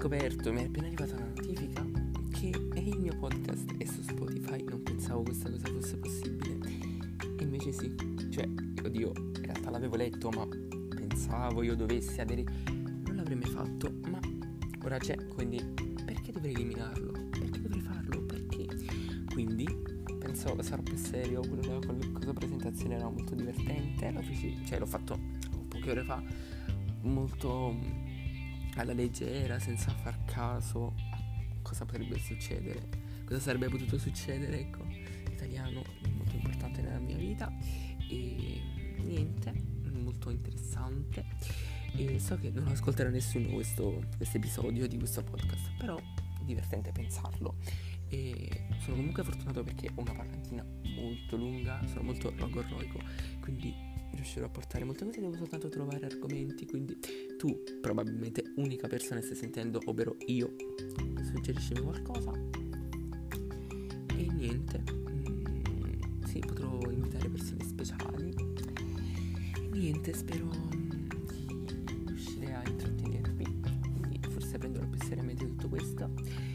scoperto, mi è appena arrivata una notifica che il mio podcast è su Spotify. Non pensavo questa cosa fosse possibile, e invece sì. Cioè, oddio, in realtà l'avevo letto, ma pensavo io dovessi avere... Non l'avrei mai fatto, ma ora c'è, quindi perché dovrei eliminarlo? Perché dovrei farlo? Perché? Quindi penso sarò più serio. Quello della cosa presentazione era molto divertente, l'ho fatto poche ore fa, molto alla leggera, senza far caso a cosa potrebbe succedere, cosa sarebbe potuto succedere, ecco. Italiano molto importante nella mia vita, e niente, molto interessante. E so che non ascolterà nessuno questo episodio di questo podcast, però è divertente pensarlo. E sono comunque fortunato perché ho una parlantina molto lunga, sono molto logorroico, quindi riuscirò a portare molte cose. Devo soltanto trovare argomenti, quindi tu, probabilmente unica persona che stai sentendo, ovvero io, suggeriscimi qualcosa. E niente, sì, potrò invitare persone speciali. E niente, spero di riuscire a intrattenervi, quindi forse prenderò più seriamente tutto questo.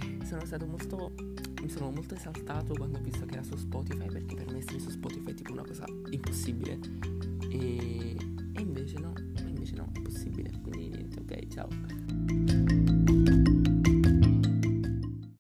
Mi sono molto esaltato quando ho visto che era su Spotify, perché per me essere su Spotify è tipo una cosa impossibile, e invece no, è possibile. Quindi niente, ok, ciao.